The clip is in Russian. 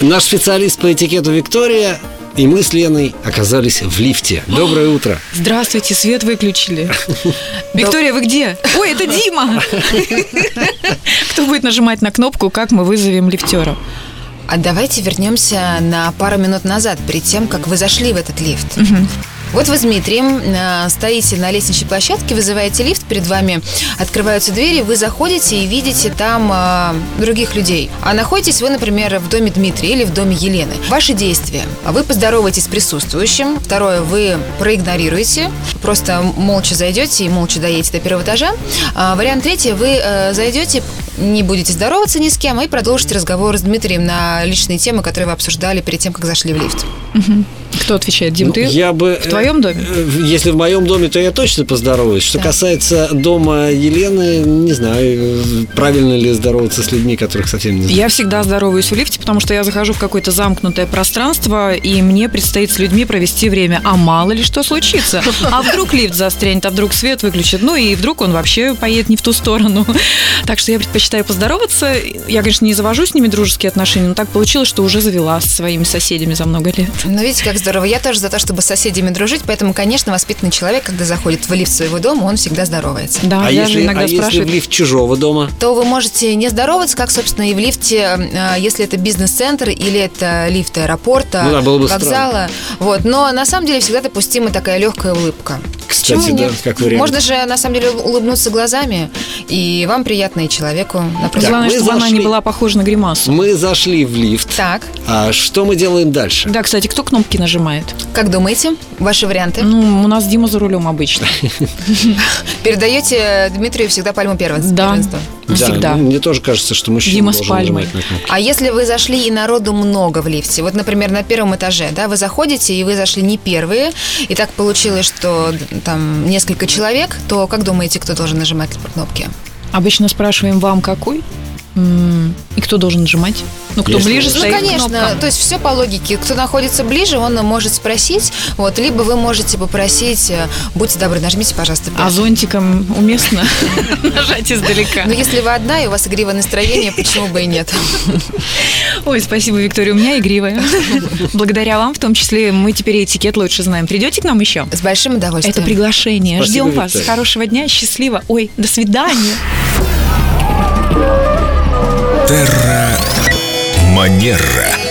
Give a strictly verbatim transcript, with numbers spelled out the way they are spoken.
Наш специалист по этикету Виктория и мы с Леной оказались в лифте. Доброе утро. Здравствуйте, свет выключили. Виктория, вы где? Ой, это Дима. Кто будет нажимать на кнопку, как мы вызовем лифтера? А давайте вернемся на пару минут назад, перед тем, как вы зашли в этот лифт. Угу. Вот вы с Дмитрием э, стоите на лестничной площадке, вызываете лифт, перед вами открываются двери, вы заходите и видите там э, других людей. А находитесь вы, например, в доме Дмитрия или в доме Елены. Ваши действия. Вы поздороваетесь с присутствующим. Второе, вы проигнорируете, просто молча зайдете и молча доедете до первого этажа. А вариант третий, вы э, зайдете, не будете здороваться ни с кем и продолжите разговор с Дмитрием на личные темы, которые вы обсуждали перед тем, как зашли в лифт. Угу. Кто отвечает? Дим, Ну, ты я бы, в твоем доме? Если в моем доме, то я точно поздороваюсь. Что Да. касается дома Елены, не знаю, правильно ли здороваться с людьми, которых совсем не знаю. Я всегда здороваюсь в лифте, потому что я захожу в какое-то замкнутое пространство, и мне предстоит с людьми провести время. А мало ли что случится. А вдруг лифт застрянет, а вдруг свет выключит, ну и вдруг он вообще поедет не в ту сторону. Так что я предпочитаю поздороваться. Я, конечно, не завожу с ними дружеские отношения, но так получилось, что уже завела со своими соседями за много лет. Но видите, как здорово. Я тоже за то, чтобы с соседями дружить, поэтому, конечно, воспитанный человек, когда заходит в лифт своего дома, он всегда здоровается. Да, А, я если, же иногда а если спрашиваю. в лифт чужого дома? То вы можете не здороваться, как, собственно, и в лифте, э, если это бизнес-центр или это лифт аэропорта, Ну да, было бы вокзала. Вот. Но на самом деле всегда допустима такая легкая улыбка. Кстати, Почему да, нет? как вариант. Можно же, на самом деле, улыбнуться глазами, и вам приятно, и человеку. напротив. Главное, мы чтобы она зашли. не была похожа на гримасу. Мы зашли в лифт. Так, А что мы делаем дальше? Да, кстати, кто кнопки нажимает? как думаете? Ваши варианты? Ну, у нас Дима за рулем обычно. Передаете Дмитрию всегда пальму первенства? Да. первенства? Всегда. Да, ну, мне тоже кажется, что мужчина Дима с должен пальмой. нажимать на кнопку. А если вы зашли и народу много в лифте, вот, например, на первом этаже, да, вы заходите, и вы зашли не первые, и так получилось, что там несколько человек, то как думаете, кто должен нажимать кнопки? Обычно спрашиваем, вам какой? М, И кто должен нажимать? Ну, кто Если- ближе Ну, Ну, стоит к конечно, кнопкам. то есть все по логике. Кто находится ближе, он может спросить, вот, либо вы можете попросить, э, будьте добры, нажмите, пожалуйста, А пять. зонтиком уместно нажать издалека? Но если вы одна, и у вас игривое настроение, почему бы и нет? Ой, спасибо, Виктория, у меня игривая. Благодаря вам, в том числе, мы теперь и этикет лучше знаем. Придете к нам еще? С большим удовольствием. Это приглашение. Спасибо, Ждем вас. Виктория. Хорошего дня, счастливо. Ой, до свидания. Терра Манера.